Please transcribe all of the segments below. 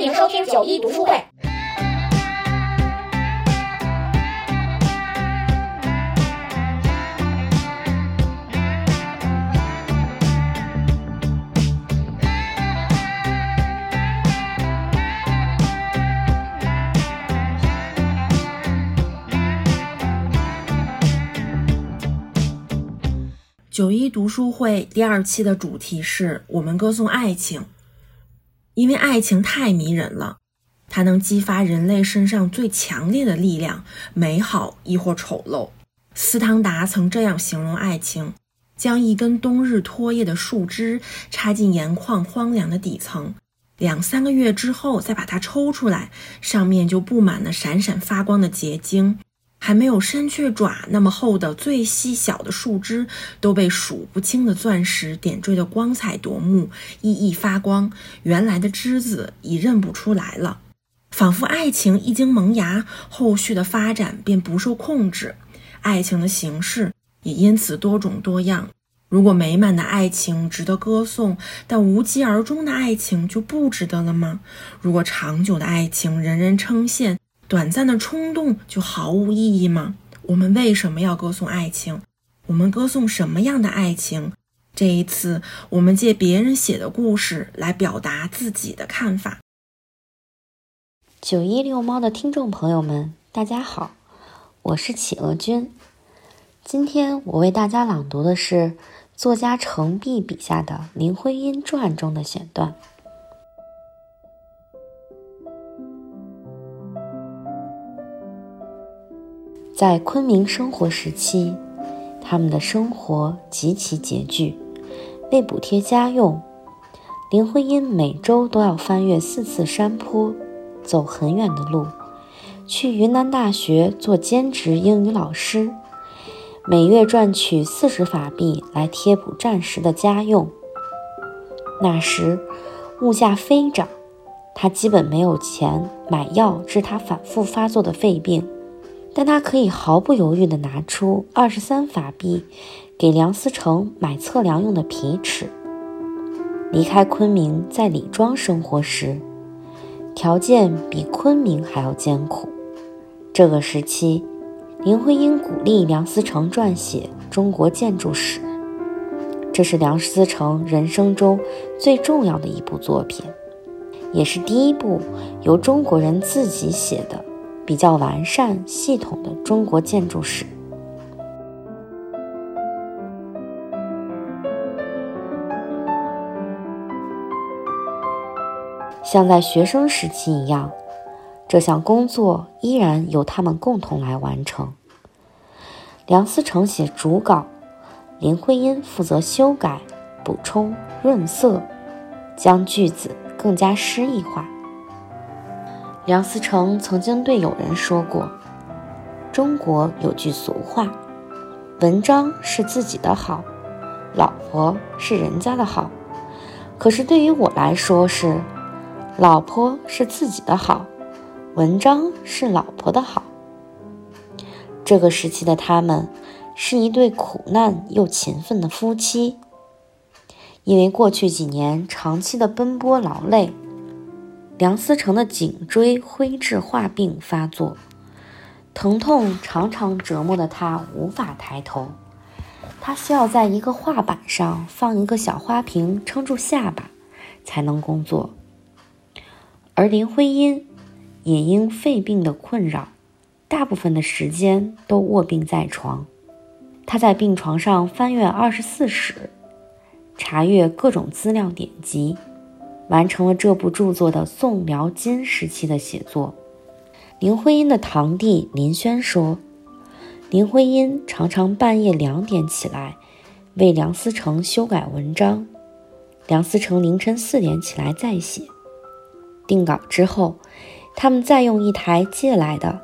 欢迎收听91读书会。 91读书会第2期的主题是我们歌颂爱情，因为爱情太迷人了，它能激发人类身上最强烈的力量，美好亦或丑陋。斯汤达曾这样形容爱情：将一根冬日脱叶的树枝插进盐矿荒凉的底层，2-3个月之后再把它抽出来，上面就布满了闪闪发光的结晶。还没有山雀爪那么厚的最细小的树枝都被数不清的钻石点缀得光彩夺目，熠熠发光，原来的枝子已认不出来了。仿佛爱情一经萌芽，后续的发展便不受控制，爱情的形式也因此多种多样。如果美满的爱情值得歌颂，但无疾而终的爱情就不值得了吗？如果长久的爱情人人称羡，短暂的冲动就毫无意义吗？我们为什么要歌颂爱情？我们歌颂什么样的爱情？这一次，我们借别人写的故事来表达自己的看法。 91遛猫的听众朋友们，大家好，我是企鹅君。今天我为大家朗读的是作家程璧笔下的林徽因传中的选段。在昆明生活时期，他们的生活极其拮据，为补贴家用，林徽因每周都要翻越4次山坡，走很远的路，去云南大学做兼职英语老师，每月赚取40法币来贴补暂时的家用。那时物价飞涨，他基本没有钱买药治他反复发作的肺病，但他可以毫不犹豫地拿出23法币给梁思成买测量用的皮尺。离开昆明在李庄生活时，条件比昆明还要艰苦。这个时期，林徽因鼓励梁思成撰写《中国建筑史》，这是梁思成人生中最重要的一部作品，也是第一部由中国人自己写的比较完善系统的中国建筑史。像在学生时期一样，这项工作依然由他们共同来完成。梁思成写主稿，林徽因负责修改、补充、润色，将句子更加诗意化。梁思成曾经对友人说过，中国有句俗话，文章是自己的好，老婆是人家的好。可是对于我来说是，老婆是自己的好，文章是老婆的好。这个时期的他们是一对苦难又勤奋的夫妻，因为过去几年长期的奔波劳累，梁思成的颈椎灰质化病发作，疼痛常常折磨得他无法抬头，他需要在一个画板上放一个小花瓶撑住下巴才能工作。而林徽因也因肺病的困扰，大部分的时间都卧病在床。他在病床上翻阅24史，查阅各种资料典籍，完成了这部著作的宋辽金时期的写作。林徽因的堂弟林轩说，林徽因常常半夜2点起来为梁思成修改文章，梁思成凌晨4点起来再写。定稿之后，他们再用一台借来的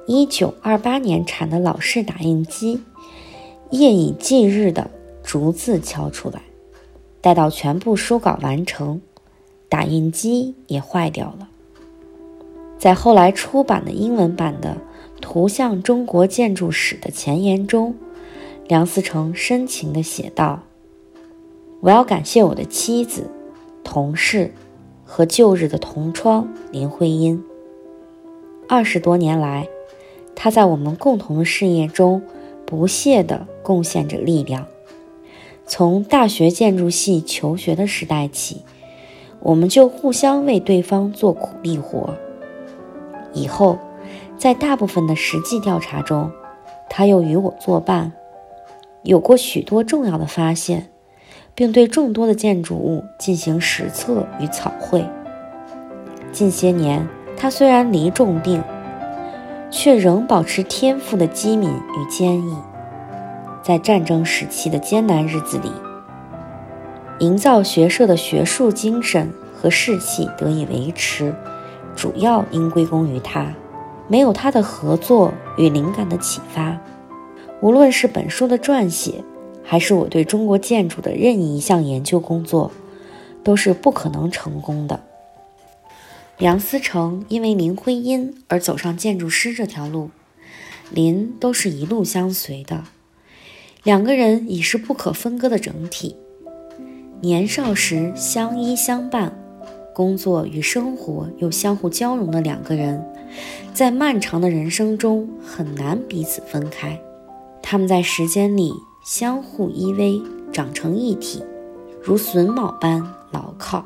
1928年产的老式打印机，夜以继日地逐字敲出来。待到全部书稿完成，打印机也坏掉了。在后来出版的英文版的《图像中国建筑史》的前言中，梁思成深情地写道：我要感谢我的妻子、同事和旧日的同窗林徽因。20多年来，她在我们共同的事业中不懈地贡献着力量。从大学建筑系求学的时代起，我们就互相为对方做苦力活。以后，在大部分的实际调查中，他又与我作伴，有过许多重要的发现，并对众多的建筑物进行实测与草绘。近些年，他虽然离重病，却仍保持天赋的机敏与坚毅。在战争时期的艰难日子里，营造学社的学术精神和士气得以维持，主要应归功于他。没有他的合作与灵感的启发，无论是本书的撰写，还是我对中国建筑的任意一项研究工作，都是不可能成功的。梁思成因为林徽因而走上建筑师这条路，林都是一路相随的，两个人已是不可分割的整体。年少时相依相伴，工作与生活又相互交融的两个人，在漫长的人生中很难彼此分开。他们在时间里相互依偎，长成一体，如榫卯般牢靠。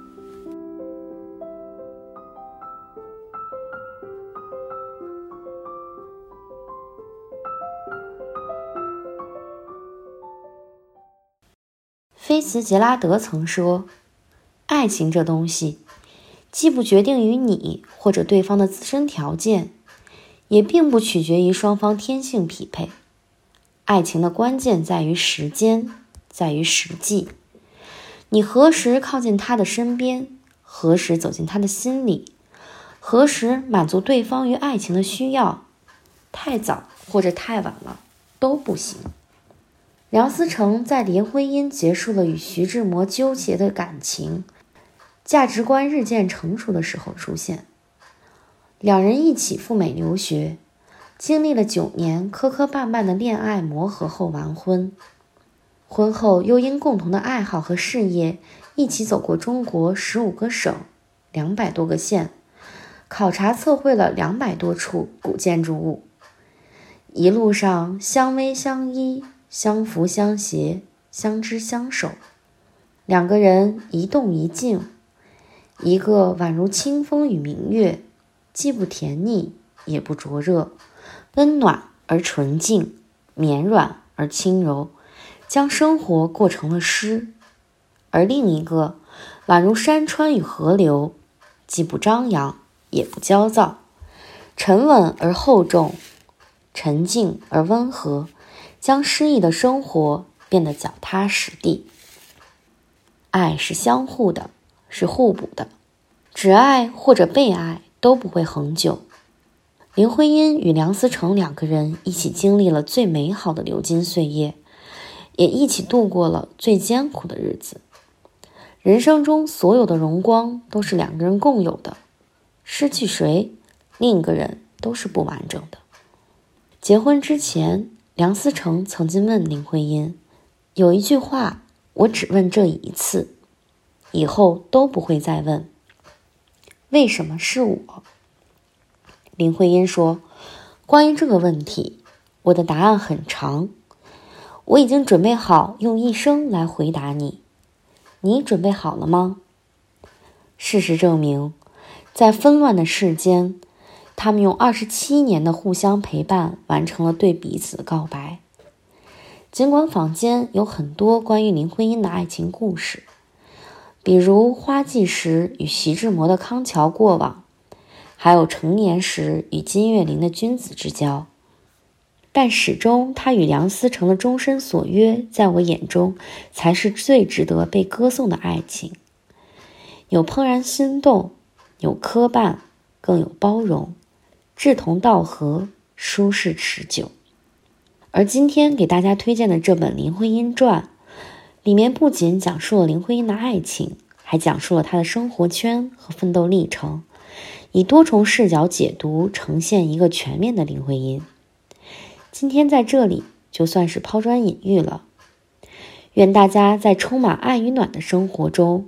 菲茨杰拉德曾说，爱情这东西既不决定于你或者对方的自身条件，也并不取决于双方天性匹配。爱情的关键在于时间，在于实际。你何时靠近他的身边，何时走进他的心里，何时满足对方于爱情的需要，太早或者太晚了都不行。梁思成在林徽因结束了与徐志摩纠结的感情，价值观日渐成熟的时候出现。两人一起赴美留学，经历了9年磕磕绊绊的恋爱磨合后完婚。婚后又因共同的爱好和事业，一起走过中国15个省200多个县，考察测绘了200多处古建筑物。一路上相偎相依，相扶相携，相知相守。两个人一动一静，一个宛如清风与明月，既不甜腻也不灼热，温暖而纯净，绵软而轻柔，将生活过成了诗。而另一个宛如山川与河流，既不张扬也不焦躁，沉稳而厚重，沉静而温和，将诗意的生活变得脚踏实地。爱是相互的，是互补的，只爱或者被爱都不会恒久。林徽因与梁思成两个人一起经历了最美好的流金岁月，也一起度过了最艰苦的日子。人生中所有的荣光都是两个人共有的，失去谁，另一个人都是不完整的。结婚之前，梁思成曾经问林徽因，有一句话我只问这一次，以后都不会再问，为什么是我？林徽因说，关于这个问题，我的答案很长，我已经准备好用一生来回答你，你准备好了吗？事实证明，在纷乱的世间，他们用27年的互相陪伴完成了对彼此的告白。尽管坊间有很多关于林徽因的爱情故事，比如花季时与徐志摩的康桥过往，还有成年时与金岳霖的君子之交，但始终他与梁思成的终身所约，在我眼中才是最值得被歌颂的爱情。有怦然心动，有磕绊，更有包容，志同道合，舒适持久。而今天给大家推荐的这本《林徽因传》，里面不仅讲述了林徽因的爱情，还讲述了她的生活圈和奋斗历程，以多重视角解读，呈现一个全面的林徽因。今天在这里就算是抛砖引玉了，愿大家在充满爱与暖的生活中，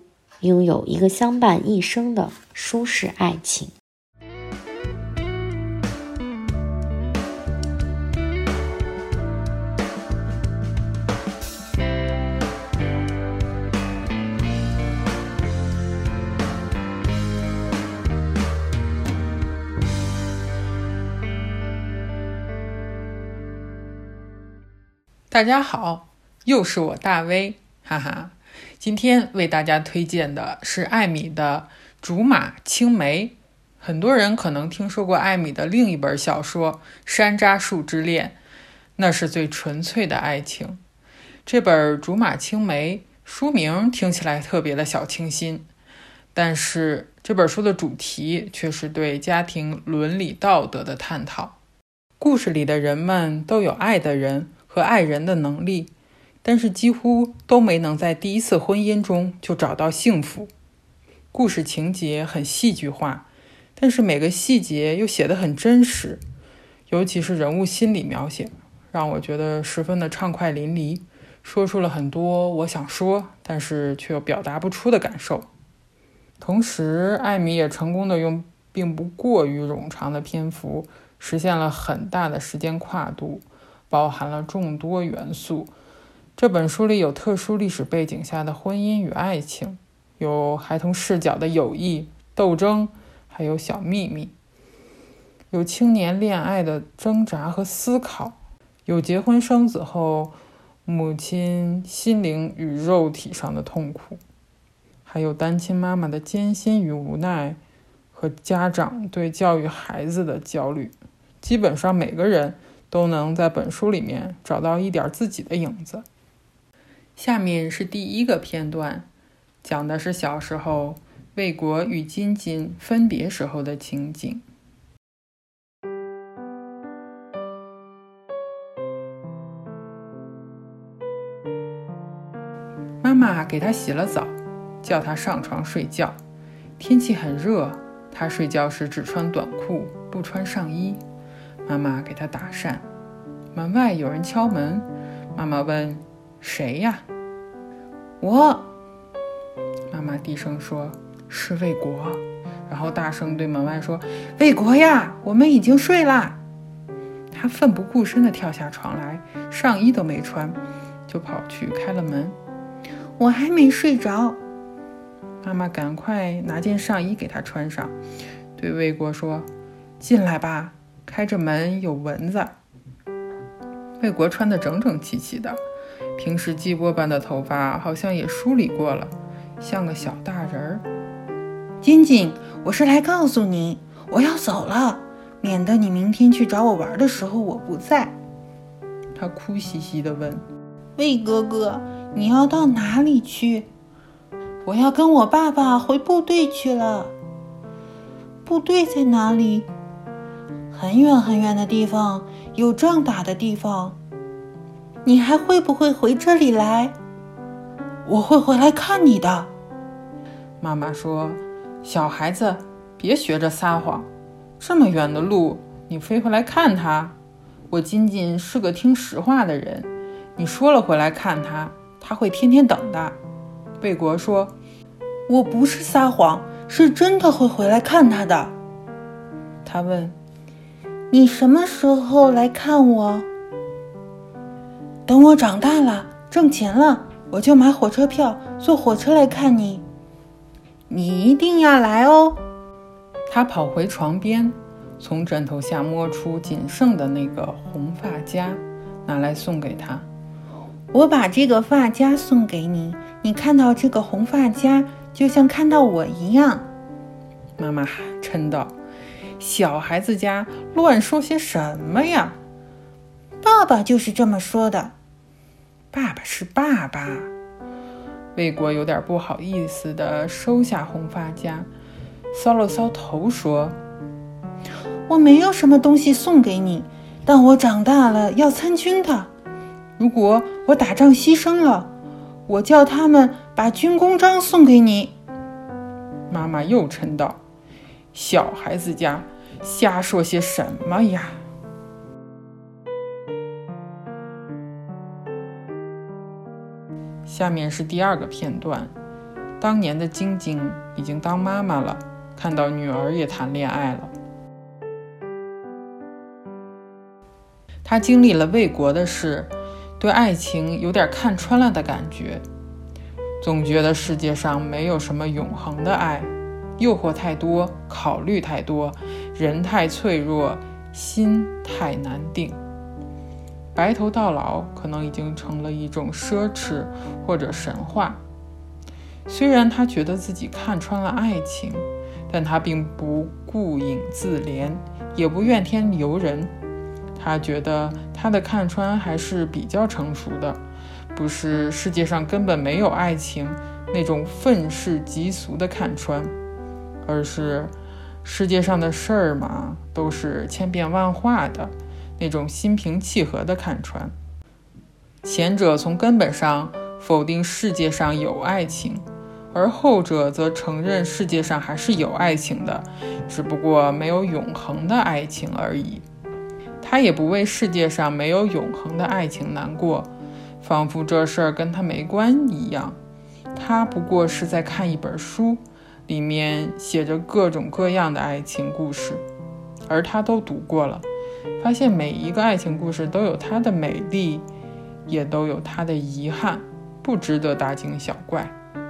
拥有一个相伴一生的舒适爱情。 大家好，又是我大威，哈哈。今天为大家推荐的是艾米的《竹马青梅》。很多人可能听说过艾米的另一本小说《山楂树之恋》，那是最纯粹的爱情。这本《竹马青梅》书名听起来特别的小清新，但是这本书的主题却是对家庭伦理道德的探讨。故事里的人们都有爱的人和爱人的能力，但是几乎都没能在第一次婚姻中就找到幸福。故事情节很戏剧化，但是每个细节又写得很真实，尤其是人物心理描写，让我觉得十分的畅快淋漓，说出了很多我想说但是却又表达不出的感受。同时，艾米也成功地用并不过于冗长的篇幅实现了很大的时间跨度，包含了众多元素。这本书里有特殊历史背景下的婚姻与爱情，有孩童视角的友谊、斗争，还有小秘密，有青年恋爱的挣扎和思考，有结婚生子后母亲心灵与肉体上的痛苦，还有单亲妈妈的艰辛与无奈，和家长对教育孩子的焦虑。基本上每个人都能在本书里面找到一点自己的影子。下面是第一个片段，讲的是小时候魏国与金金分别时候的情景。妈妈给他洗了澡，叫他上床睡觉。天气很热，他睡觉时只穿短裤，不穿上衣。妈妈给他打扇，门外有人敲门，妈妈问：谁呀？我。妈妈低声说：是魏国。然后大声对门外说：魏国呀，我们已经睡啦。他奋不顾身地跳下床来，上衣都没穿，就跑去开了门。我还没睡着。妈妈赶快拿件上衣给他穿上，对魏国说：进来吧，开着门有蚊子。魏国穿得整整齐齐的，平时鸡窝般的头发好像也梳理过了，像个小大人儿。金金，我是来告诉你，我要走了，免得你明天去找我玩的时候我不在。他哭兮兮地问：魏哥哥，你要到哪里去？我要跟我爸爸回部队去了。部队在哪里？很远很远的地方，有仗打的地方。你还会不会回这里来？我会回来看你的。妈妈说：小孩子，别学着撒谎，这么远的路，你飞回来看他？我金金是个听实话的人，你说了回来看他，他会天天等的。魏国说：我不是撒谎，是真的会回来看他的。他问：你什么时候来看我？等我长大了，挣钱了，我就买火车票，坐火车来看你。你一定要来哦。他跑回床边，从枕头下摸出仅剩的那个红发夹，拿来送给他。我把这个发夹送给你，你看到这个红发夹，就像看到我一样。妈妈嗔道：小孩子家乱说些什么呀？爸爸就是这么说的。爸爸是爸爸。魏国有点不好意思地收下红发夹，搔了搔头说：我没有什么东西送给你，但我长大了要参军的。如果我打仗牺牲了，我叫他们把军功章送给你。妈妈又嗔道：小孩子家瞎说些什么呀？下面是第二个片段， 当年的晶晶已经当妈妈了，看到女儿也谈恋爱了。她经历了魏国的事，对爱情有点看穿了的感觉，总觉得世界上没有什么永恒的爱，诱惑太多，考虑太多，人太脆弱，心太难定。白头到老可能已经成了一种奢侈或者神话。虽然他觉得自己看穿了爱情，但他并不顾影自怜，也不怨天尤人。他觉得他的看穿还是比较成熟的，不是世界上根本没有爱情那种愤世嫉俗的看穿，而是世界上的事儿嘛，都是千变万化的那种心平气和的看穿。前者从根本上否定世界上有爱情，而后者则承认世界上还是有爱情的，只不过没有永恒的爱情而已。他也不为世界上没有永恒的爱情难过，仿佛这事儿跟他没关一样。他不过是在看一本书，里面写着各种各样的爱情故事，而他都读过了，发现每一个爱情故事都有它的美丽，也都有它的遗憾，不值得大惊小怪。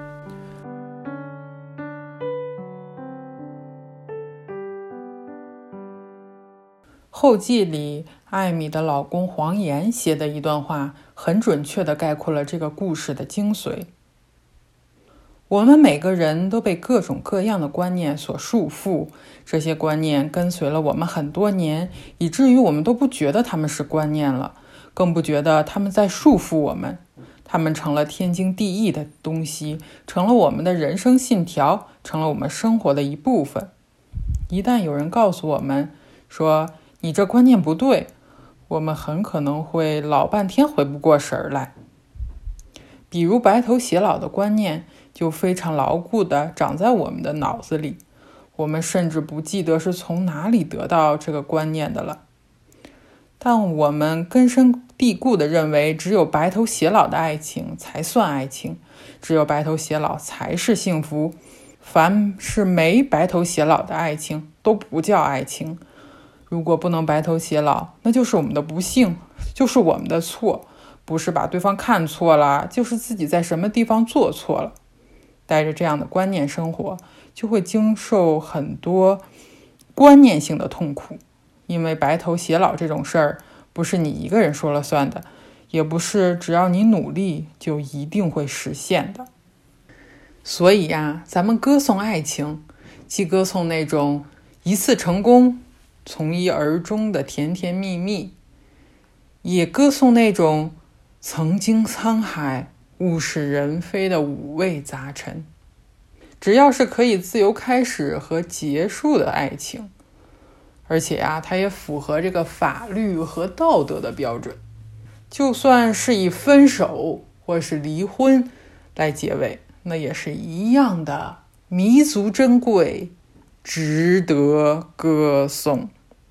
后记里，艾米的老公黄岩写的一段话，很准确地概括了这个故事的精髓。我们每个人都被各种各样的观念所束缚，这些观念跟随了我们很多年，以至于我们都不觉得他们是观念了，更不觉得他们在束缚我们。他们成了天经地义的东西，成了我们的人生信条，成了我们生活的一部分。一旦有人告诉我们说你这观念不对，我们很可能会老半天回不过神来。比如白头偕老的观念就非常牢固地长在我们的脑子里，我们甚至不记得是从哪里得到这个观念的了。但我们根深蒂固地认为，只有白头偕老的爱情才算爱情，只有白头偕老才是幸福，凡是没白头偕老的爱情都不叫爱情。如果不能白头偕老，那就是我们的不幸，就是我们的错，不是把对方看错了，就是自己在什么地方做错了。带着这样的观念生活，就会经受很多观念性的痛苦。因为白头偕老这种事儿，不是你一个人说了算的，也不是只要你努力就一定会实现的。所以呀，咱们歌颂爱情，既歌颂那种一次成功从一而终的甜甜蜜蜜，也歌颂那种曾经沧海物是人非的五味杂陈。只要是可以自由开始和结束的爱情，而且啊，它也符合这个法律和道德的标准，就算是以分手或是离婚来结尾，那也是一样的弥足珍贵，值得歌颂。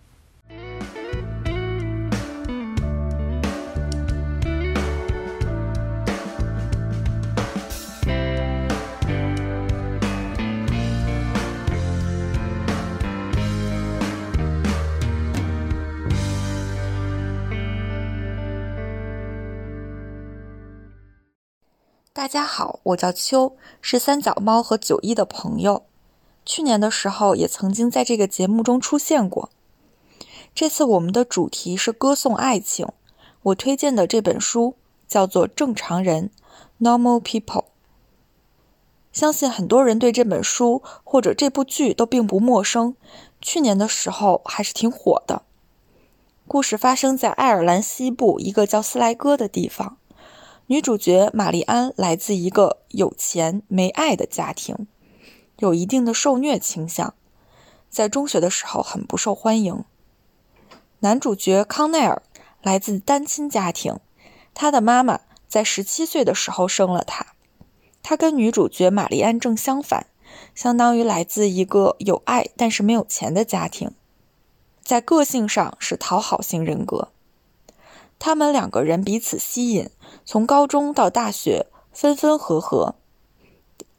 大家好，我叫秋，是三脚猫和91的朋友。去年的时候也曾经在这个节目中出现过。这次我们的主题是歌颂爱情，我推荐的这本书叫做《正常人》 Normal People。 相信很多人对这本书或者这部剧都并不陌生，去年的时候还是挺火的。故事发生在爱尔兰西部一个叫斯莱戈的地方，女主角玛丽安来自一个有钱没爱的家庭，有一定的受虐倾向，在中学的时候很不受欢迎。男主角康奈尔来自单亲家庭，他的妈妈在17岁的时候生了他。他跟女主角玛丽安正相反，相当于来自一个有爱但是没有钱的家庭，在个性上是讨好型人格。他们两个人彼此吸引，从高中到大学分分合合。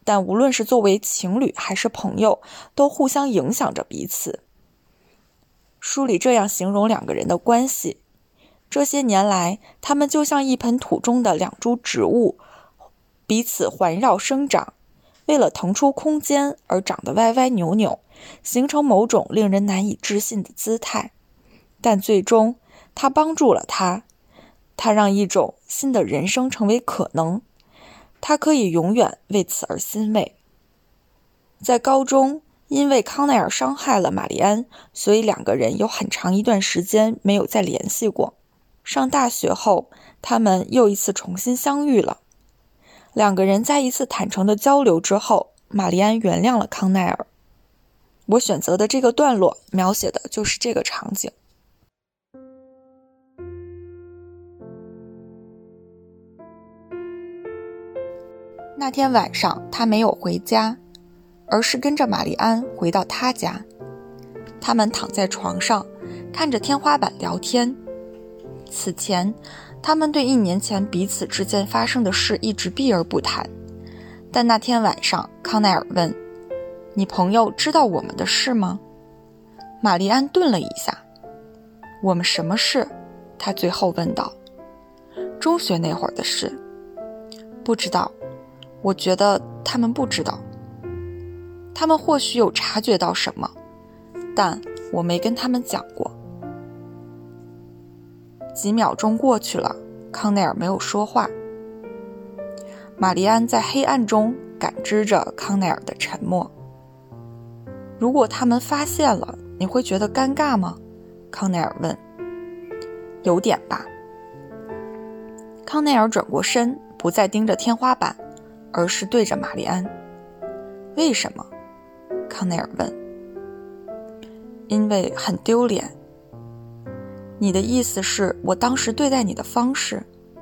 但无论是作为情侣还是朋友，都互相影响着彼此。书里这样形容两个人的关系：这些年来，他们就像一盆土中的两株植物，彼此环绕生长，为了腾出空间而长得歪歪扭扭，形成某种令人难以置信的姿态。但最终，它帮助了他，它让一种新的人生成为可能。他可以永远为此而欣慰。在高中，因为康奈尔伤害了玛丽安，所以两个人有很长一段时间没有再联系过。上大学后，他们又一次重新相遇了。两个人在一次坦诚的交流之后，玛丽安原谅了康奈尔。我选择的这个段落描写的就是这个场景。那天晚上，他没有回家，而是跟着玛丽安回到他家。他们躺在床上，看着天花板聊天。此前，他们对1年前彼此之间发生的事一直避而不谈。但那天晚上，康奈尔问：“你朋友知道我们的事吗？”玛丽安顿了一下。“我们什么事？”他最后问道。“中学那会儿的事。”“不知道。我觉得他们不知道。他们或许有察觉到什么，但我没跟他们讲过。”几秒钟过去了，康奈尔没有说话。玛丽安在黑暗中感知着康奈尔的沉默。“如果他们发现了，你会觉得尴尬吗？”康奈尔问。“有点吧。”康奈尔转过身，不再盯着天花板，而是对着玛丽安。“为什么？”康奈尔问。“因为很丢脸。”“你的意思是我当时对待你的方式？”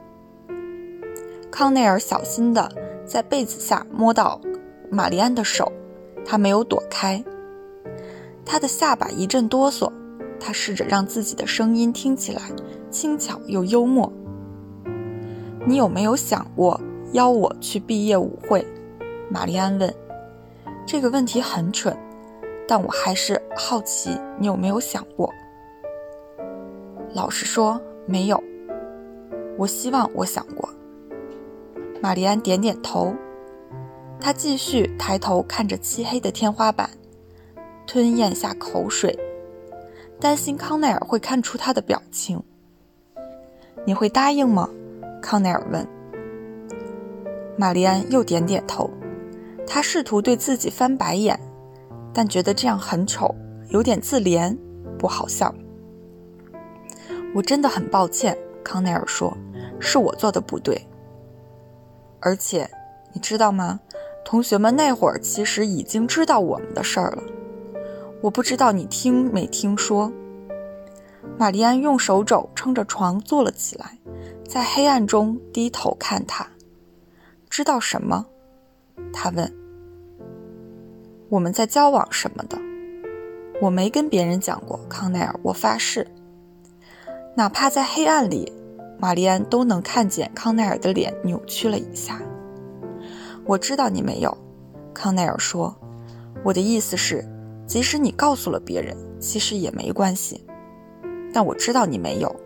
康奈尔小心地在被子下摸到玛丽安的手，他没有躲开。他的下巴一阵哆嗦，他试着让自己的声音听起来轻巧又幽默。“你有没有想过邀我去毕业舞会？”玛丽安问。“这个问题很蠢，但我还是好奇你有没有想过。”“老实说，没有。我希望我想过。”玛丽安点点头。她继续抬头看着漆黑的天花板，吞咽下口水，担心康奈尔会看出她的表情。“你会答应吗？”康奈尔问。玛丽安又点点头。她试图对自己翻白眼，但觉得这样很丑，有点自怜，不好笑。“我真的很抱歉。”康奈尔说，“是我做的不对。而且，你知道吗？同学们那会儿其实已经知道我们的事儿了。我不知道你听没听说。”玛丽安用手肘撑着床坐了起来，在黑暗中低头看他。“知道什么？”他问。“我们在交往什么的。”“我没跟别人讲过，康奈尔，我发誓。”哪怕在黑暗里，玛丽安都能看见康奈尔的脸扭曲了一下。“我知道你没有。”康奈尔说。“我的意思是，即使你告诉了别人，其实也没关系。但我知道你没有。”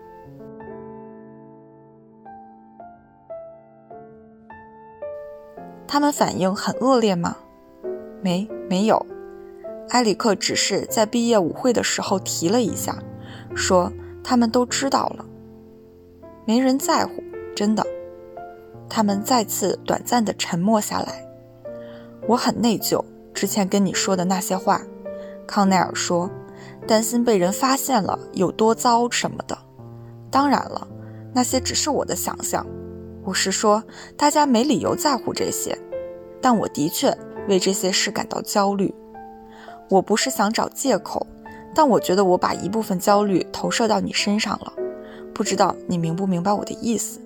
他们反应很恶劣吗？没有。埃里克只是在毕业舞会的时候提了一下，说他们都知道了。没人在乎，真的。他们再次短暂地沉默下来。“我很内疚，之前跟你说的那些话。”康奈尔说，“担心被人发现了有多糟什么的。当然了，那些只是我的想象。我是说，大家没理由在乎这些，但我的确为这些事感到焦虑。我不是想找借口，但我觉得我把一部分焦虑投射到你身上了。不知道你明不明白我的意思？”“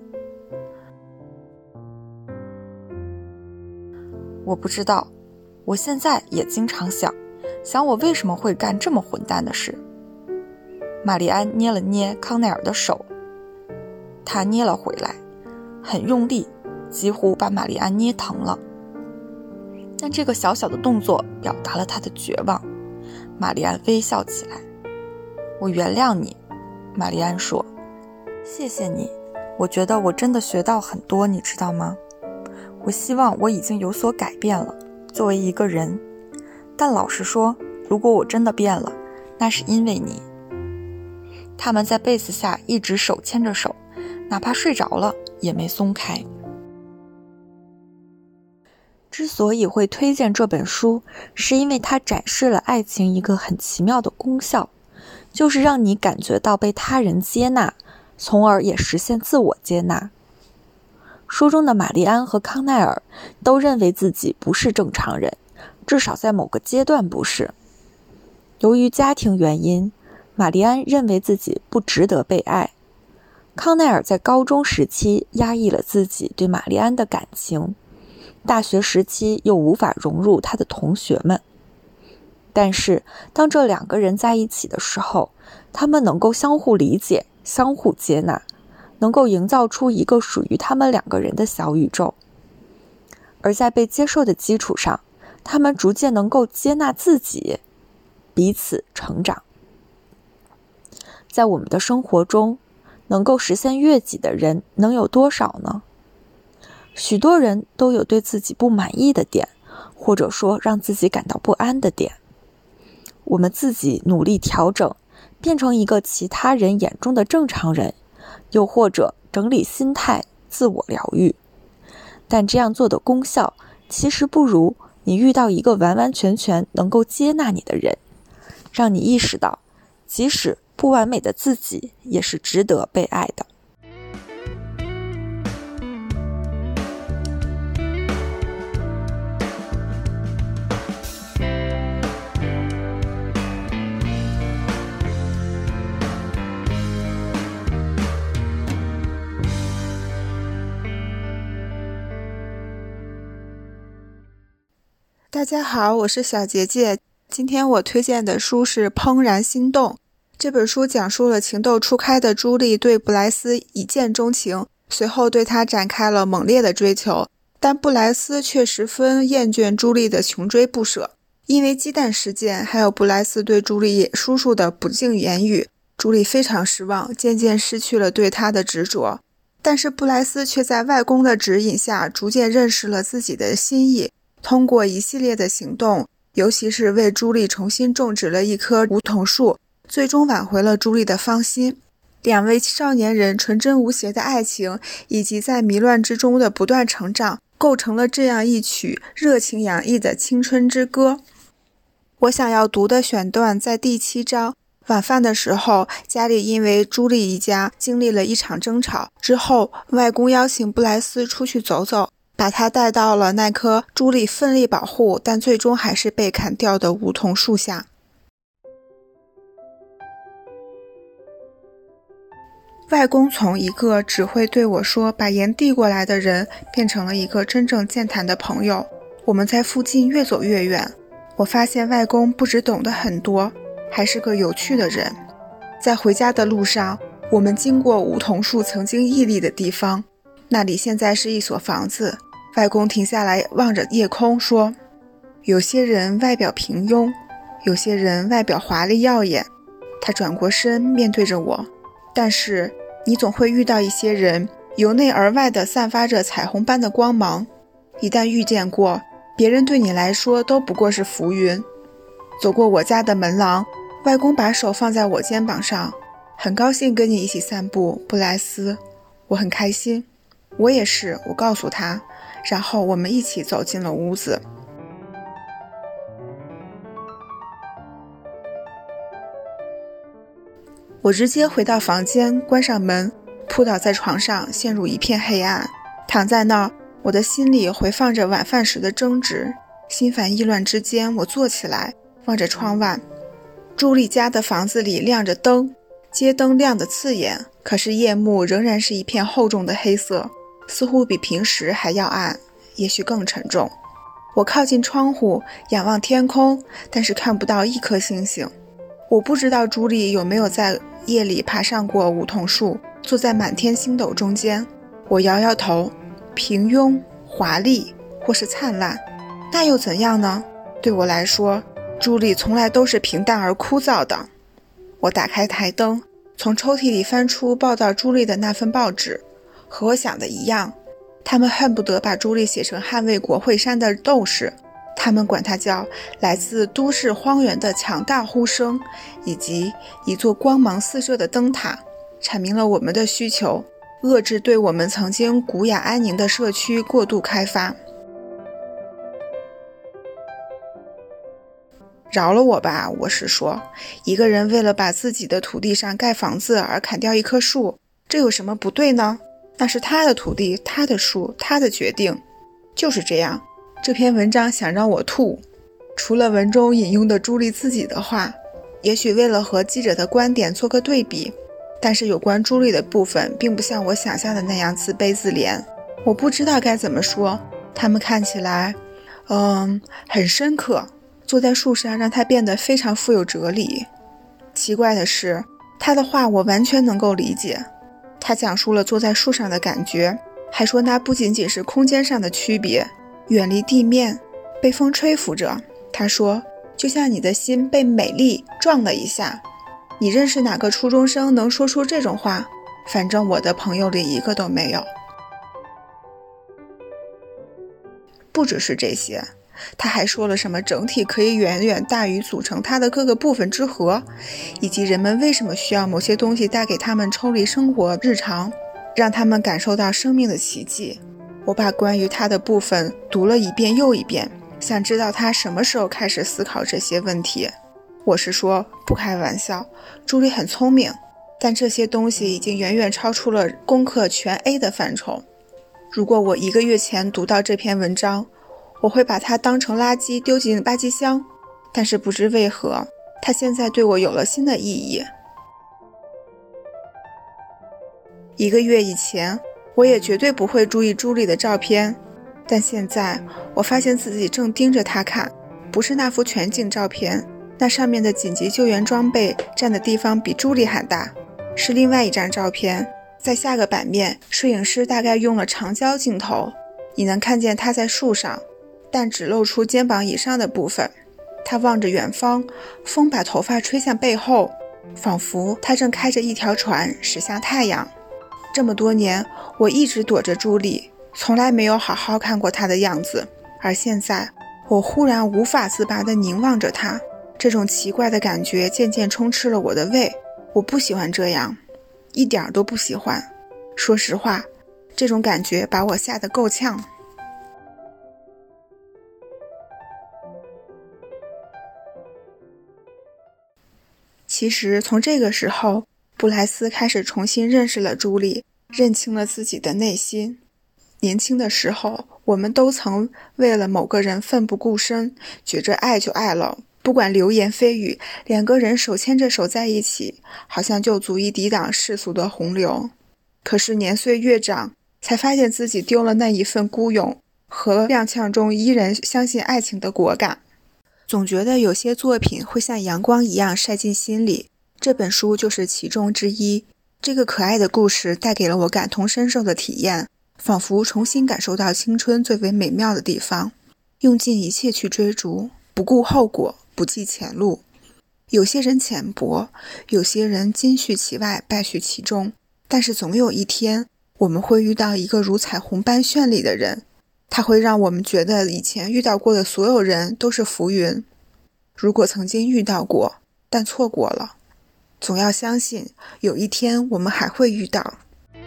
我不知道，我现在也经常想我为什么会干这么混蛋的事。”玛丽安捏了捏康奈尔的手，他捏了回来，很用力，几乎把玛丽安捏疼了。 但这个小小的动作表达了他的绝望。玛丽安微笑起来。我原谅你，玛丽安说。谢谢你，我觉得我真的学到很多，你知道吗？我希望我已经有所改变了，作为一个人。但老实说，如果我真的变了，那是因为你。他们在被子下一直手牵着手，哪怕睡着了也没松开。之所以会推荐这本书，是因为它展示了爱情一个很奇妙的功效，就是让你感觉到被他人接纳，从而也实现自我接纳。书中的玛丽安和康奈尔都认为自己不是正常人，至少在某个阶段不是。由于家庭原因，玛丽安认为自己不值得被爱。康奈尔在高中时期压抑了自己对玛丽安的感情，大学时期又无法融入他的同学们。但是当这两个人在一起的时候，他们能够相互理解，相互接纳，能够营造出一个属于他们两个人的小宇宙。而在被接受的基础上，他们逐渐能够接纳自己，彼此成长。在我们的生活中，能够实现悦己的人能有多少呢？许多人都有对自己不满意的点，或者说让自己感到不安的点。我们自己努力调整，变成一个其他人眼中的正常人，又或者整理心态，自我疗愈。但这样做的功效，其实不如你遇到一个完完全全能够接纳你的人，让你意识到，即使不完美的自己也是值得被爱的。 大家好，我是小杰杰。今天我推荐的书是《怦然心动》。这本书讲述了情窦初开的朱莉对布莱斯一见钟情，随后对他展开了猛烈的追求，但布莱斯却十分厌倦朱莉的穷追不舍。因为鸡蛋事件，还有布莱斯对朱莉叔叔的不敬言语，朱莉非常失望，渐渐失去了对他的执着。但是布莱斯却在外公的指引下，逐渐认识了自己的心意，通过一系列的行动，尤其是为朱莉重新种植了一棵梧桐树，最终挽回了朱莉的芳心。两位少年人纯真无邪的爱情，以及在迷乱之中的不断成长，构成了这样一曲热情洋溢的青春之歌。我想要读的选段在第7章。晚饭的时候，家里因为朱莉一家经历了一场争吵，之后外公邀请布莱斯出去走走，把他带到了那棵朱莉奋力保护但最终还是被砍掉的梧桐树下。外公从一个只会对我说把盐递过来的人，变成了一个真正健谈的朋友。我们在附近越走越远，我发现外公不只懂得很多，还是个有趣的人。在回家的路上，我们经过梧桐树曾经屹立的地方，那里现在是一所房子。外公停下来望着夜空说，有些人外表平庸，有些人外表华丽耀眼。他转过身面对着我，但是你总会遇到一些人，由内而外地散发着彩虹般的光芒。一旦遇见过，别人对你来说都不过是浮云。走过我家的门廊，外公把手放在我肩膀上，很高兴跟你一起散步，布莱斯。我很开心。我也是，我告诉他，然后我们一起走进了屋子。我直接回到房间，关上门，扑倒在床上，陷入一片黑暗。躺在那儿，我的心里回放着晚饭时的争执，心烦意乱之间，我坐起来，望着窗外。朱莉家的房子里亮着灯，街灯亮得刺眼，可是夜幕仍然是一片厚重的黑色，似乎比平时还要暗，也许更沉重。我靠近窗户，仰望天空，但是看不到一颗星星。我不知道朱莉有没有在夜里爬上过梧桐树，坐在满天星斗中间。我摇摇头，平庸、华丽或是灿烂， 那又怎样呢？对我来说，朱莉从来都是平淡而枯燥的。我打开台灯，从抽屉里翻出报道朱莉的那份报纸，和我想的一样，他们恨不得把朱莉写成捍卫国会山的斗士，他们管它叫来自都市荒原的强大呼声，以及一座光芒四射的灯塔，阐明了我们的需求，遏制对我们曾经古雅安宁的社区过度开发。饶了我吧，我是说，一个人为了把自己的土地上盖房子而砍掉一棵树，这有什么不对呢？那是他的土地，他的树，他的决定。就是这样，这篇文章想让我吐。除了文中引用的朱莉自己的话，也许为了和记者的观点做个对比，但是有关朱莉的部分并不像我想象的那样自卑自怜。我不知道该怎么说，他们看起来很深刻，坐在树上让它变得非常富有哲理。奇怪的是，他的话我完全能够理解。他讲述了坐在树上的感觉，还说那不仅仅是空间上的区别，远离地面，被风吹拂着。他说，就像你的心被美丽撞了一下。你认识哪个初中生能说出这种话？反正我的朋友里一个都没有。不只是这些，他还说了什么整体可以远远大于组成它的各个部分之和，以及人们为什么需要某些东西带给他们抽离生活日常，让他们感受到生命的奇迹。我把关于他的部分读了一遍又一遍，想知道他什么时候开始思考这些问题。我是说，不开玩笑，朱莉很聪明，但这些东西已经远远超出了功课全 A 的范畴。如果我1个月前读到这篇文章，我会把它当成垃圾丢进垃圾箱，但是不知为何，它现在对我有了新的意义。1个月以前，我也绝对不会注意朱莉的照片，但现在我发现自己正盯着它看，不是那幅全景照片，那上面的紧急救援装备占的地方比朱莉还大，是另外一张照片。在下个版面，摄影师大概用了长焦镜头，你能看见他在树上，但只露出肩膀以上的部分。他望着远方，风把头发吹向背后，仿佛他正开着一条船驶向太阳。这么多年，我一直躲着朱莉，从来没有好好看过她的样子，而现在我忽然无法自拔地凝望着她，这种奇怪的感觉渐渐充斥了我的胃。我不喜欢这样，一点都不喜欢。说实话，这种感觉把我吓得够呛。其实从这个时候，布莱斯开始重新认识了朱莉，认清了自己的内心。年轻的时候，我们都曾为了某个人奋不顾身，觉着爱就爱了，不管流言蜚语，2个人手牵着手在一起，好像就足以抵挡世俗的洪流。可是年岁越长，才发现自己丢了那一份孤勇和踉跄中依然相信爱情的果敢。总觉得有些作品会像阳光一样晒进心里，这本书就是其中之一。这个可爱的故事带给了我感同身受的体验，仿佛重新感受到青春最为美妙的地方，用尽一切去追逐，不顾后果，不计前路。有些人浅薄，有些人金絮其外，败絮其中，但是总有一天，我们会遇到一个如彩虹般绚丽的人，它会让我们觉得以前遇到过的所有人都是浮云。如果曾经遇到过，但错过了，总要相信有一天我们还会遇到。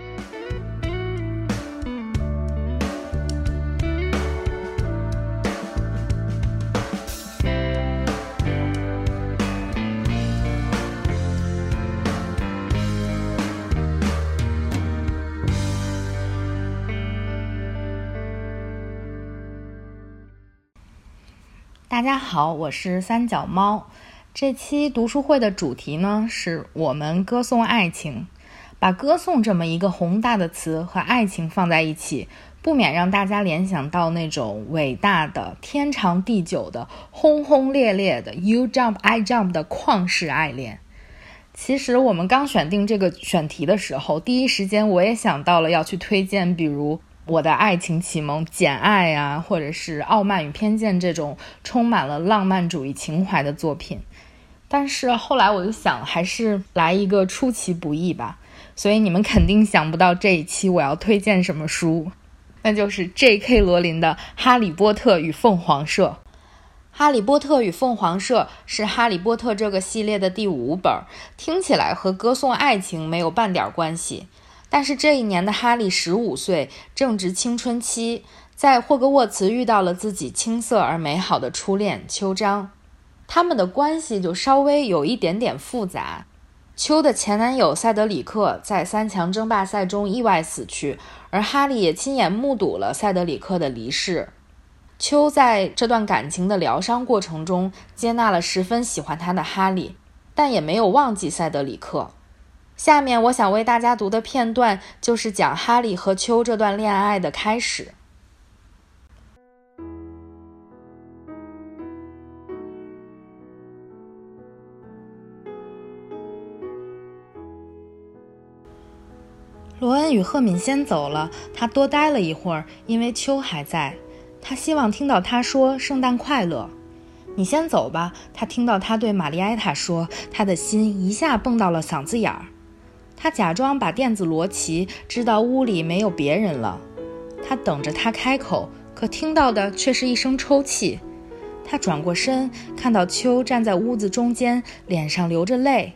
大家好，我是三脚猫。这期读书会的主题呢，是我们歌颂爱情。把歌颂这么一个宏大的词和爱情放在一起，不免让大家联想到那种伟大的、天长地久的、轰轰烈烈的 You jump, I jump 的旷世爱恋。其实我们刚选定这个选题的时候，第一时间我也想到了要去推荐比如我的爱情启蒙《简爱》啊，或者是《傲慢与偏见》这种充满了浪漫主义情怀的作品。但是后来我就想，还是来一个出其不意吧。所以你们肯定想不到这一期我要推荐什么书，那就是 J.K. 罗琳的《哈利波特与凤凰社》。哈利波特与凤凰社是哈利波特这个系列的第5本，听起来和歌颂爱情没有半点关系。但是这一年的哈利15岁，正值青春期，在霍格沃茨遇到了自己青涩而美好的初恋秋张，他们的关系就稍微有一点点复杂。秋的前男友塞德里克在3强争霸赛中意外死去，而哈利也亲眼目睹了塞德里克的离世。秋在这段感情的疗伤过程中接纳了十分喜欢他的哈利，但也没有忘记塞德里克。下面我想为大家读的片段就是讲哈利和秋这段恋爱的开始。罗恩与赫敏先走了，他多待了一会儿，因为秋还在。他希望听到他说圣诞快乐。你先走吧，他听到他对玛丽埃塔说，他的心一下蹦到了嗓子眼儿。他假装把垫子摞齐，知道屋里没有别人了。他等着他开口，可听到的却是一声抽泣。他转过身，看到秋站在屋子中间，脸上流着泪。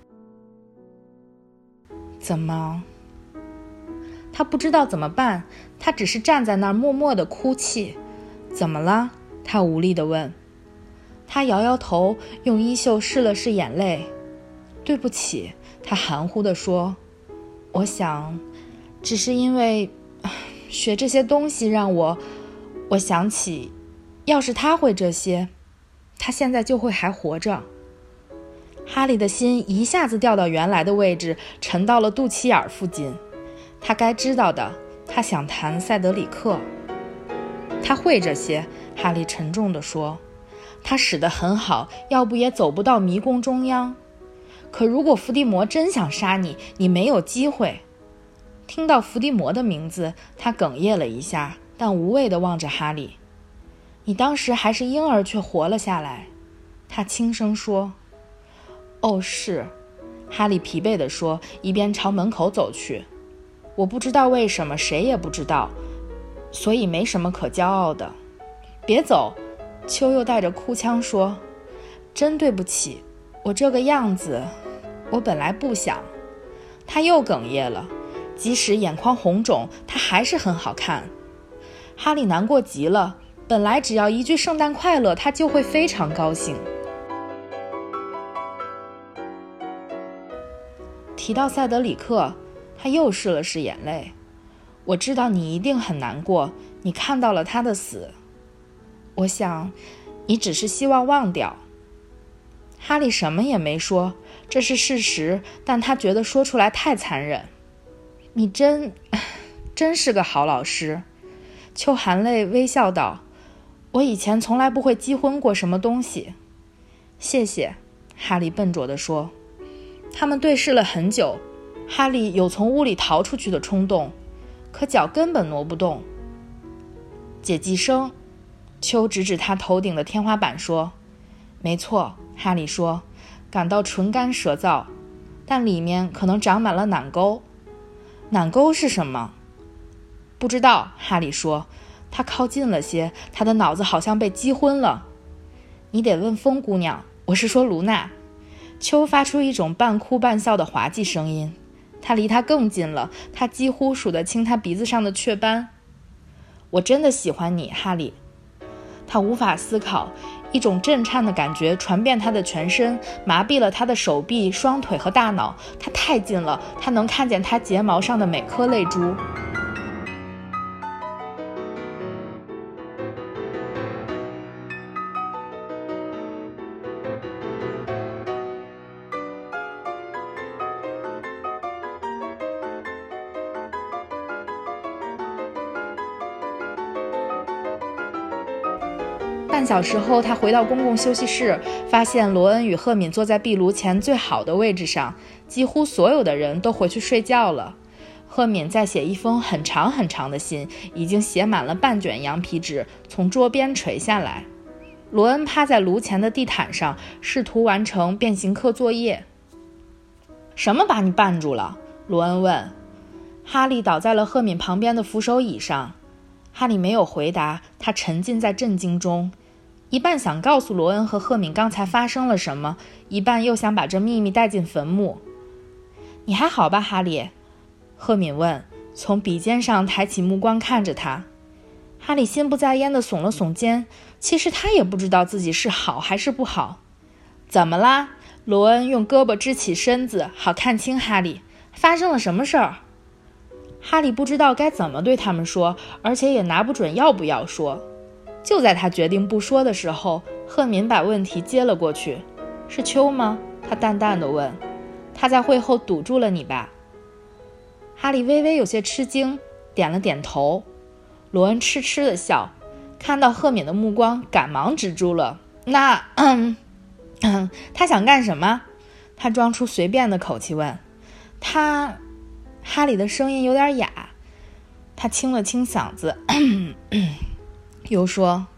怎么？他不知道怎么办，他只是站在那儿默默地哭泣。怎么了？他无力地问。他摇摇头，用衣袖拭了拭眼泪。对不起，他含糊地说，我想只是因为学这些东西让我想起，要是他会这些，他现在就会还活着。哈利的心一下子掉到原来的位置，沉到了肚脐眼附近。他该知道的，他想谈塞德里克。他会这些，哈利沉重地说，他使得很好，要不也走不到迷宫中央。可如果伏地魔真想杀你，你没有机会。听到伏地魔的名字，他哽咽了一下，但无畏地望着哈利。你当时还是婴儿，却活了下来。他轻声说。哦，是，哈利疲惫地说，一边朝门口走去。我不知道为什么，谁也不知道，所以没什么可骄傲的。别走，秋又带着哭腔说，真对不起，我这个样子，我本来不想。他又哽咽了，即使眼眶红肿，他还是很好看。哈利难过极了，本来只要一句圣诞快乐，他就会非常高兴。提到塞德里克，他又拭了拭眼泪。我知道你一定很难过，你看到了他的死。我想，你只是希望忘掉。哈利什么也没说，这是事实，但他觉得说出来太残忍。你真是个好老师。秋含泪微笑道，我以前从来不会击昏过什么东西。谢谢，哈利笨拙地说。他们对视了很久，哈利有从屋里逃出去的冲动，可脚根本挪不动。解寄生，秋指指他头顶的天花板说。没错，哈利说，感到唇干舌燥，但里面可能长满了胆沟。胆沟是什么？不知道，哈利说。他靠近了些，他的脑子好像被击昏了。你得问风姑娘，我是说卢娜。秋发出一种半哭半笑的滑稽声音，他离他更近了，他几乎数得清他鼻子上的雀斑。我真的喜欢你，哈利。他无法思考，一种震颤的感觉传遍他的全身，麻痹了他的手臂、双腿和大脑。他太近了，他能看见他睫毛上的每颗泪珠。半小时后，他回到公共休息室，发现罗恩与赫敏坐在壁炉前最好的位置上，几乎所有的人都回去睡觉了。 赫敏在写一封很长很长的信，已经写满了半卷羊皮纸，从桌边垂下来。罗恩趴在炉前的地毯上，试图完成变形课作业。什么把你绊住了？罗恩问。哈利倒在了赫敏旁边的扶手椅上。哈利没有回答，他沉浸在震惊中，一半想告诉罗恩和赫敏刚才发生了什么，一半又想把这秘密带进坟墓。你还好吧，哈利？赫敏问，从笔尖上抬起目光看着他。哈利心不在焉地耸了耸肩，其实他也不知道自己是好还是不好。怎么啦？罗恩用胳膊支起身子，好看清哈利。发生了什么事儿？哈利不知道该怎么对他们说，而且也拿不准要不要说。就在他决定不说的时候，赫敏把问题接了过去。是秋吗？他淡淡地问。他在会后堵住了你吧？哈利微微有些吃惊，点了点头。罗恩痴痴地笑，看到赫敏的目光，赶忙止住了。他想干什么？他装出随便的口气问。哈利的声音有点哑，他清了清嗓子，又说：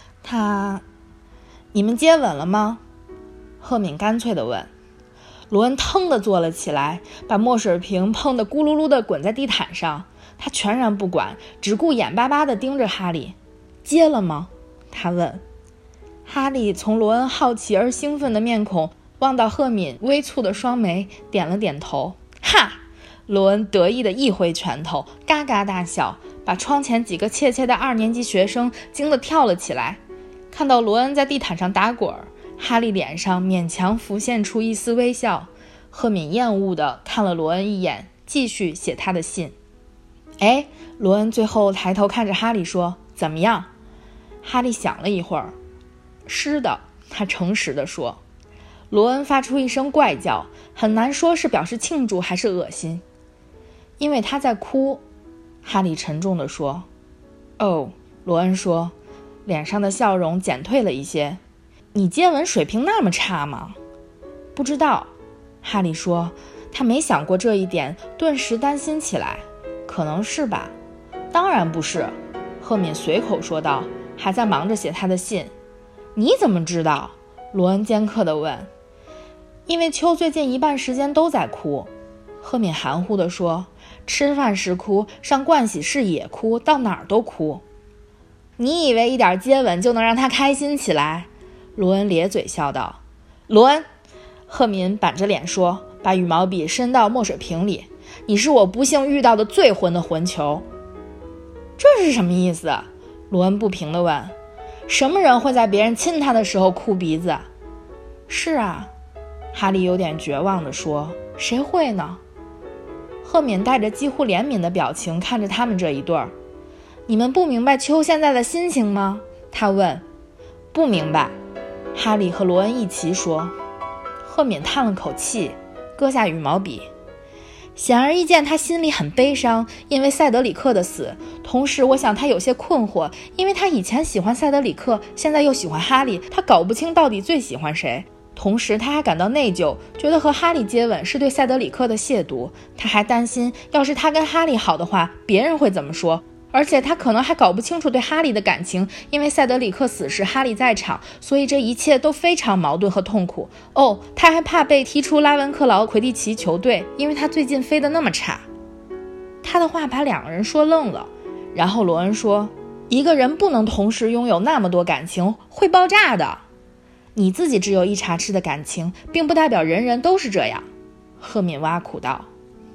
你们接吻了吗？赫敏干脆地问。罗恩腾地坐了起来，把墨水瓶碰得咕噜噜地滚在地毯上。他全然不管，只顾眼巴巴地盯着哈利。接了吗？他问。哈利从罗恩好奇而兴奋的面孔望到赫敏微蹙的双眉，点了点头。哈！罗恩得意地一挥拳头，嘎嘎大笑，把窗前几个怯怯的2年级学生惊得跳了起来。看到罗恩在地毯上打滚，哈利脸上勉强浮现出一丝微笑。赫敏厌恶地看了罗恩一眼，继续写他的信。哎，罗恩最后抬头看着哈利说：怎么样？哈利想了一会儿。是的，他诚实地说。罗恩发出一声怪叫，很难说是表示庆祝还是恶心。因为他在哭，哈利沉重地说。哦，罗恩说，脸上的笑容减退了一些。你接吻水平那么差吗？不知道，哈利说。他没想过这一点，顿时担心起来。可能是吧。当然不是，赫敏随口说道，还在忙着写他的信。你怎么知道？罗恩尖刻地问。因为秋最近一半时间都在哭，赫敏含糊地说。吃饭时哭，上盥洗室也哭，到哪儿都哭。你以为一点接吻就能让他开心起来？罗恩咧嘴笑道。罗恩，赫敏板着脸说，把羽毛笔伸到墨水瓶里。你是我不幸遇到的最混的混球。这是什么意思？罗恩不平地问。什么人会在别人亲他的时候哭鼻子？是啊，哈利有点绝望地说。谁会呢？赫敏带着几乎怜悯的表情看着他们这一对儿。你们不明白秋现在的心情吗？他问。不明白，哈利和罗恩一齐说。赫敏叹了口气，搁下羽毛笔。显而易见，他心里很悲伤，因为塞德里克的死。同时我想他有些困惑，因为他以前喜欢塞德里克，现在又喜欢哈利，他搞不清到底最喜欢谁。同时他还感到内疚，觉得和哈利接吻是对塞德里克的亵渎。他还担心，要是他跟哈利好的话，别人会怎么说。而且他可能还搞不清楚对哈利的感情，因为塞德里克死时哈利在场，所以这一切都非常矛盾和痛苦。哦，他还怕被踢出拉文克劳魁地奇球队，因为他最近飞得那么差。他的话把两个人说愣了。然后罗恩说，一个人不能同时拥有那么多感情，会爆炸的。你自己只有一茶匙的感情，并不代表人人都是这样。赫敏挖苦道。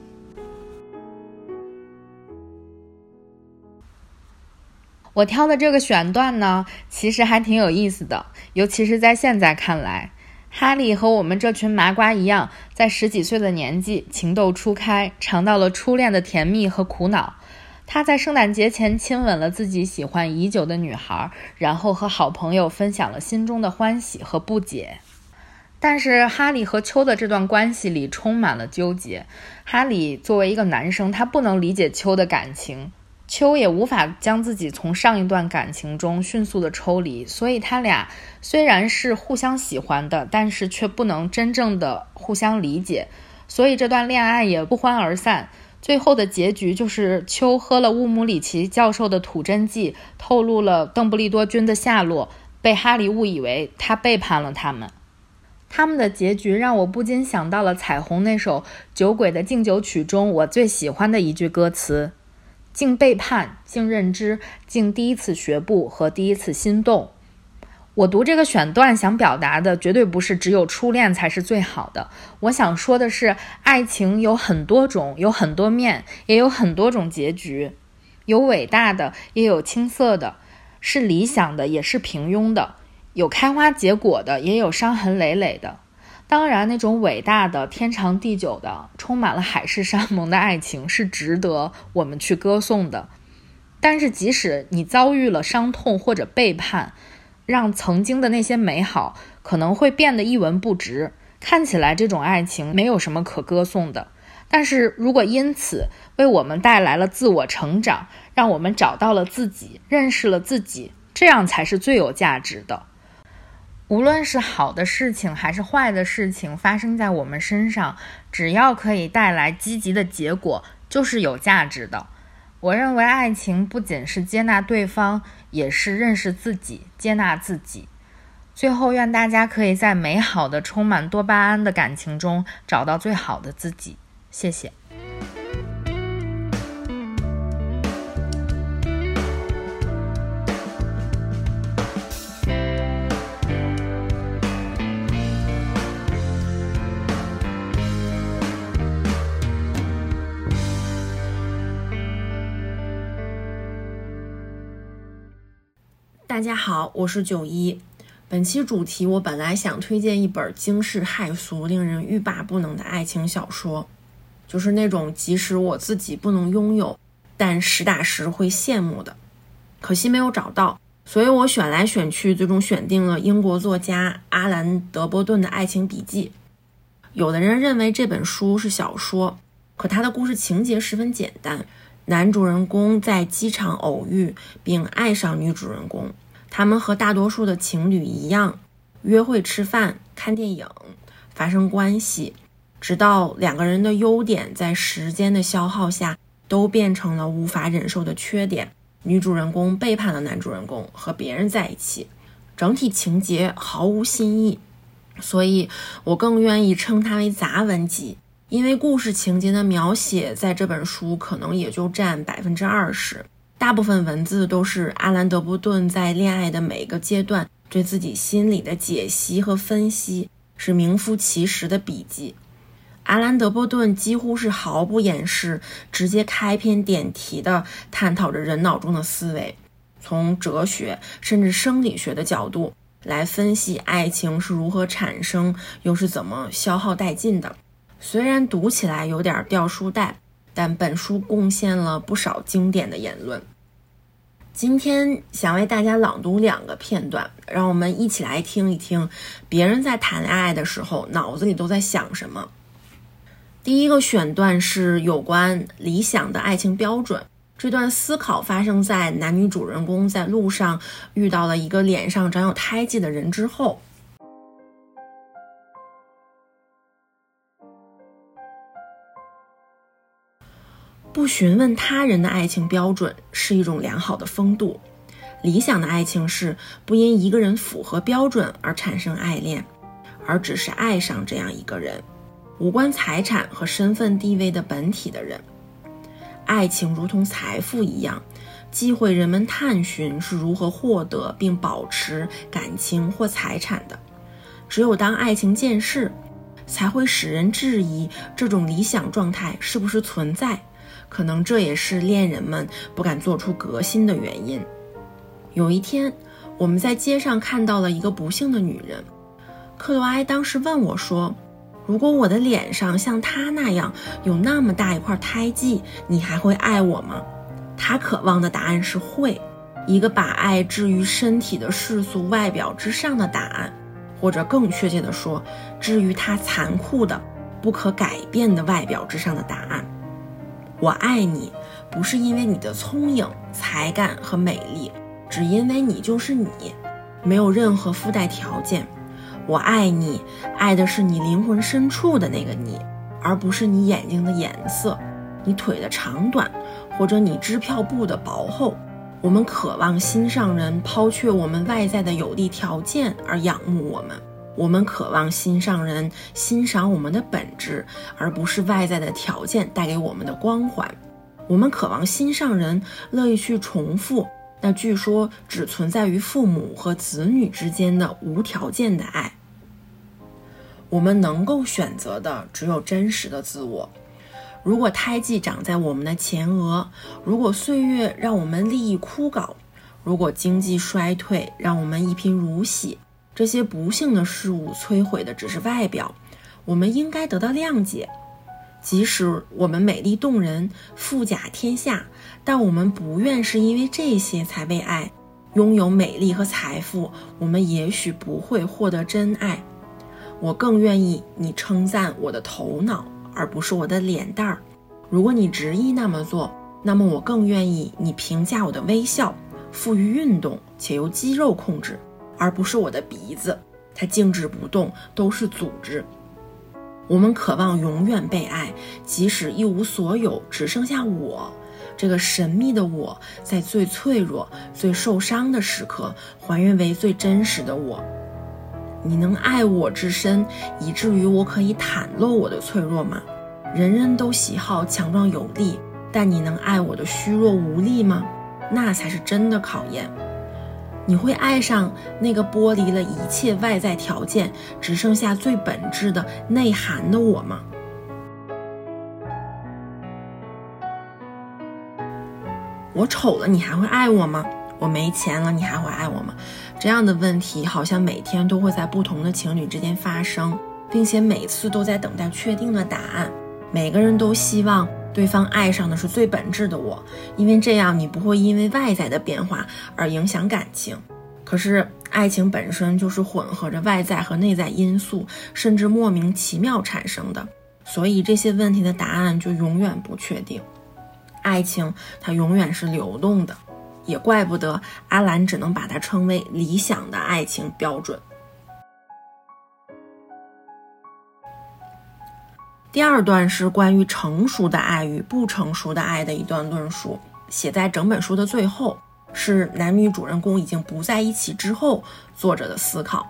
我挑的这个选段呢，其实还挺有意思的，尤其是在现在看来。哈利和我们这群麻瓜一样，在10几岁的年纪情窦初开，尝到了初恋的甜蜜和苦恼。他在圣诞节前亲吻了自己喜欢已久的女孩，然后和好朋友分享了心中的欢喜和不解。但是哈利和秋的这段关系里充满了纠结。哈利作为一个男生，他不能理解秋的感情，秋也无法将自己从上一段感情中迅速的抽离，所以他俩虽然是互相喜欢的，但是却不能真正的互相理解，所以这段恋爱也不欢而散。 最后的结局就是秋喝了乌姆里奇教授的土真剂，透露了邓布利多君的下落，被哈利误以为他背叛了他们。他们的结局让我不禁想到了彩虹那首酒鬼的敬酒曲中我最喜欢的一句歌词：敬背叛，敬认知，敬第一次学步和第一次心动。我读这个选段想表达的绝对不是只有初恋才是最好的，我想说的是，爱情有很多种，有很多面，也有很多种结局，有伟大的，也有青涩的，是理想的，也是平庸的，有开花结果的，也有伤痕累累的。当然，那种伟大的、天长地久的、充满了海誓山盟的爱情是值得我们去歌颂的。但是即使你遭遇了伤痛或者背叛，让曾经的那些美好可能会变得一文不值，看起来这种爱情没有什么可歌颂的。但是如果因此为我们带来了自我成长，让我们找到了自己，认识了自己，这样才是最有价值的。无论是好的事情还是坏的事情发生在我们身上，只要可以带来积极的结果，就是有价值的。我认为爱情不仅是接纳对方，也是认识自己，接纳自己。最后，愿大家可以在美好的、充满多巴胺的感情中找到最好的自己。谢谢。 大家好，我是91。本期主题我本来想推荐一本惊世骇俗、令人欲罢不能的爱情小说，就是那种即使我自己不能拥有，但实打实会羡慕的。可惜没有找到，所以我选来选去，最终选定了英国作家阿兰·德波顿的爱情笔记。有的人认为这本书是小说，可它的故事情节十分简单。男主人公在机场偶遇并爱上女主人公，他们和大多数的情侣一样，约会、吃饭、看电影，发生关系，直到两个人的优点在时间的消耗下都变成了无法忍受的缺点。女主人公背叛了男主人公，和别人在一起，整体情节毫无新意，所以我更愿意称它为杂文集。因为故事情节的描写在这本书可能也就占 20%， 大部分文字都是阿兰·德波顿在恋爱的每个阶段对自己心理的解析和分析，是名副其实的笔记。阿兰·德波顿几乎是毫不掩饰，直接开篇点题地探讨着人脑中的思维，从哲学甚至生理学的角度来分析爱情是如何产生，又是怎么消耗殆尽的。虽然读起来有点掉书袋，但本书贡献了不少经典的言论。今天想为大家朗读2个片段，让我们一起来听一听别人在谈恋爱的时候脑子里都在想什么。第一个选段是有关理想的爱情标准，这段思考发生在男女主人公在路上遇到了一个脸上长有胎记的人之后。不询问他人的爱情标准是一种良好的风度。理想的爱情是不因一个人符合标准而产生爱恋，而只是爱上这样一个人，无关财产和身份地位的本体的人。爱情如同财富一样，忌讳人们探寻是如何获得并保持感情或财产的。只有当爱情渐逝，才会使人质疑这种理想状态是不是存在。可能这也是恋人们不敢做出革新的原因。有一天，我们在街上看到了一个不幸的女人。克罗埃当时问我说，如果我的脸上像她那样有那么大一块胎记，你还会爱我吗？她渴望的答案是会，一个把爱置于身体的世俗外表之上的答案，或者更确切地说，置于她残酷的不可改变的外表之上的答案。我爱你，不是因为你的聪颖、才干和美丽，只因为你就是你，没有任何附带条件。我爱你，爱的是你灵魂深处的那个你，而不是你眼睛的颜色。 你腿的长短，或者你支票布的薄厚。我们渴望心上人抛却我们外在的有利条件而仰慕我们。我们渴望心上人欣赏我们的本质，而不是外在的条件带给我们的光环。我们渴望心上人乐意去重复那据说只存在于父母和子女之间的无条件的爱。我们能够选择的只有真实的自我。如果胎记长在我们的前额，如果岁月让我们利益枯槁，如果经济衰退让我们一贫如洗，这些不幸的事物摧毁的只是外表，我们应该得到谅解。即使我们美丽动人，富甲天下，但我们不愿是因为这些才被爱。拥有美丽和财富，我们也许不会获得真爱。我更愿意你称赞我的头脑，而不是我的脸蛋儿。如果你执意那么做，那么我更愿意你评价我的微笑，富于运动且由肌肉控制，而不是我的鼻子，它静止不动，都是组织。我们渴望永远被爱，即使一无所有，只剩下我，这个神秘的我，在最脆弱、最受伤的时刻，还原为最真实的我。你能爱我之深，以至于我可以袒露我的脆弱吗？人人都喜好强壮有力，但你能爱我的虚弱无力吗？那才是真的考验。你会爱上那个剥离了一切外在条件，只剩下最本质的内涵的我吗？我丑了，你还会爱我吗？我没钱了，你还会爱我吗？这样的问题好像每天都会在不同的情侣之间发生，并且每次都在等待确定的答案。每个人都希望对方爱上的是最本质的我，因为这样你不会因为外在的变化而影响感情。可是爱情本身就是混合着外在和内在因素，甚至莫名其妙产生的，所以这些问题的答案就永远不确定。爱情它永远是流动的，也怪不得阿兰只能把它称为理想的爱情标准。第二段是关于成熟的爱与不成熟的爱的一段论述，写在整本书的最后，是男女主人公已经不在一起之后作者的思考。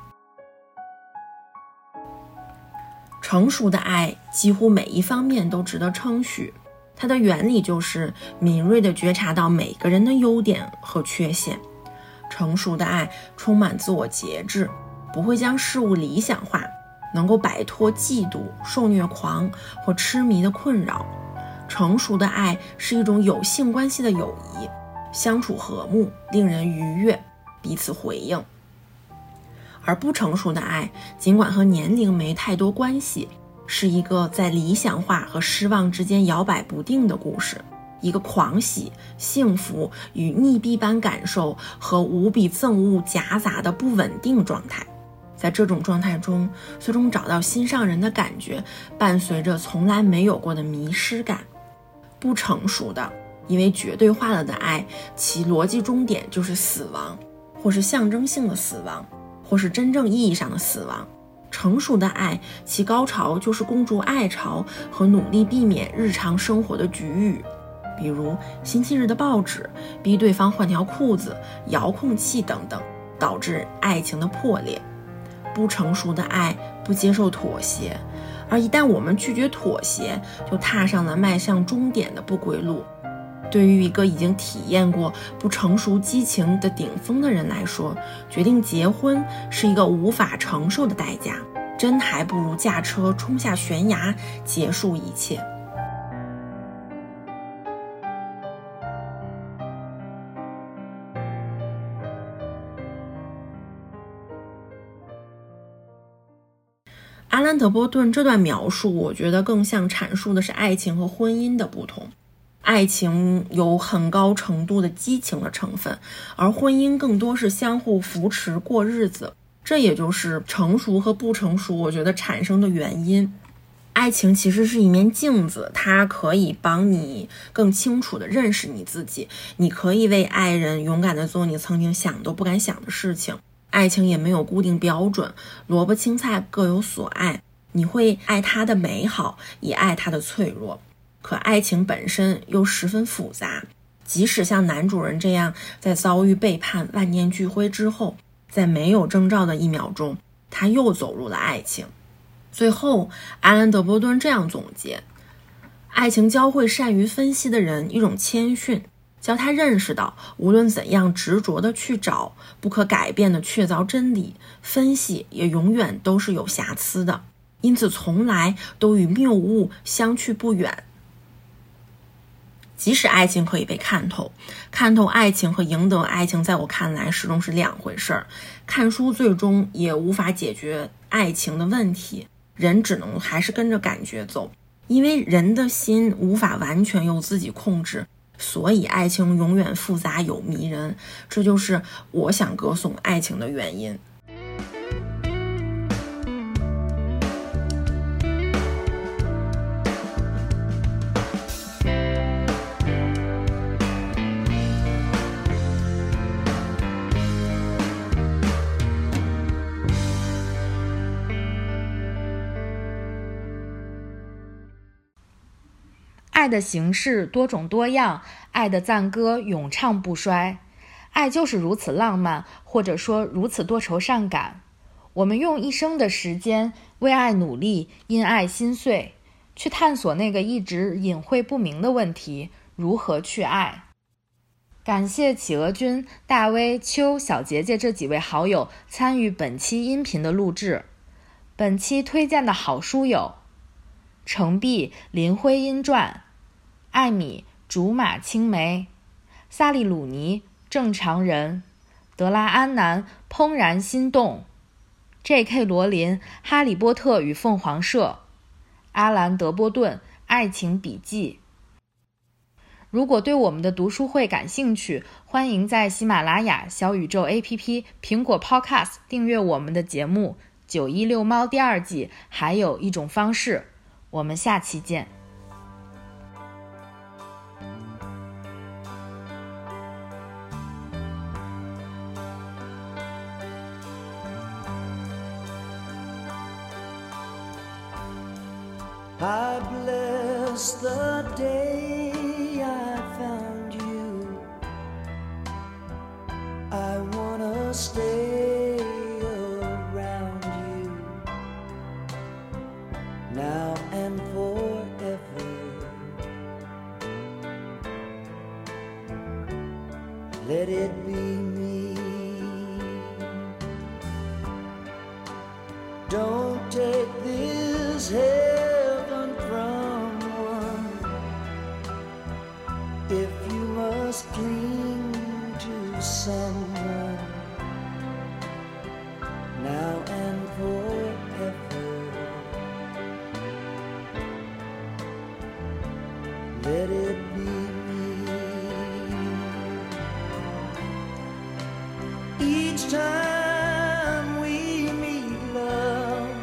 成熟的爱几乎每一方面都值得称许，它的原理就是敏锐地觉察到每个人的优点和缺陷。成熟的爱充满自我节制，不会将事物理想化，能够摆脱嫉妒、受虐狂或痴迷的困扰。成熟的爱是一种有性关系的友谊，相处和睦，令人愉悦，彼此回应。而不成熟的爱，尽管和年龄没太多关系，是一个在理想化和失望之间摇摆不定的故事，一个狂喜、幸福与溺毙般感受和无比憎恶夹杂的不稳定状态。在这种状态中，最终找到心上人的感觉，伴随着从来没有过的迷失感。不成熟的，因为绝对化了的爱，其逻辑终点就是死亡，或是象征性的死亡，或是真正意义上的死亡。成熟的爱，其高潮就是公主爱巢和努力避免日常生活的局域，比如星期日的报纸、逼对方换条裤子、遥控器等等，导致爱情的破裂。不成熟的爱不接受妥协，而一旦我们拒绝妥协，就踏上了迈向终点的不归路。对于一个已经体验过不成熟激情的顶峰的人来说，决定结婚是一个无法承受的代价，真还不如驾车冲下悬崖，结束一切。阿兰·德波顿这段描述，我觉得更像阐述的是爱情和婚姻的不同。爱情有很高程度的激情的成分，而婚姻更多是相互扶持过日子，这也就是成熟和不成熟我觉得产生的原因。爱情其实是一面镜子，它可以帮你更清楚地认识你自己，你可以为爱人勇敢地做你曾经想都不敢想的事情。爱情也没有固定标准，萝卜青菜各有所爱，你会爱他的美好，也爱他的脆弱。 可爱情本身又十分复杂，即使像男主人这样在遭遇背叛、万念俱灰之后，在没有征兆的1秒钟，他又走入了爱情。最后阿兰·德波顿这样总结，爱情教会善于分析的人一种谦逊，教他认识到无论怎样执着地去找，不可改变的确凿真理，分析也永远都是有瑕疵的，因此从来都与谬误相去不远。即使爱情可以被看透，看透爱情和赢得爱情在我看来始终是两回事儿。看书最终也无法解决爱情的问题，人只能还是跟着感觉走，因为人的心无法完全由自己控制，所以爱情永远复杂有迷人，这就是我想歌颂爱情的原因。 爱的形式多种多样，爱的赞歌咏唱不衰。爱就是如此浪漫，或者说如此多愁善感。我们用一生的时间为爱努力，因爱心碎，去探索那个一直隐晦不明的问题：如何去爱？感谢企鹅君、大威、秋、小杰杰这几位好友参与本期音频的录制。本期推荐的好书有程璧《林徽因传》，艾米《竹马青梅》，萨利鲁尼《正常人》，德拉安南《怦然心动》， J.K. 罗琳《哈利波特与凤凰社》，阿兰·德波顿《爱情笔记》。如果对我们的读书会感兴趣，欢迎在喜马拉雅、小宇宙 APP、苹果 Podcast 订阅我们的节目《916猫》第2季。还有一种方式，我们下期见。 I bless the day I found you. I wanna stay around you now and forever. Let it be me. Don't take this heaven from one if you must cling to someone now and forever. Let it be me. Each time we meet, love,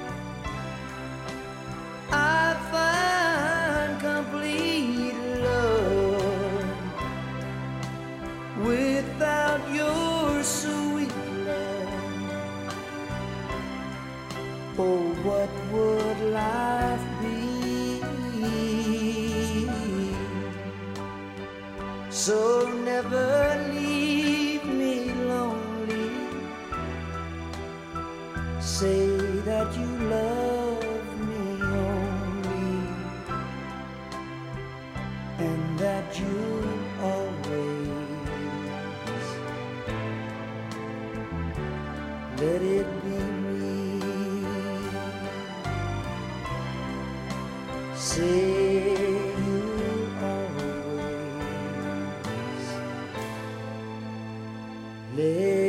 I find complete love. Without your sweet love, oh, what would life be? So never leave me lonely. Say that you love me only, and that you'll always let it be me. Say you'll always let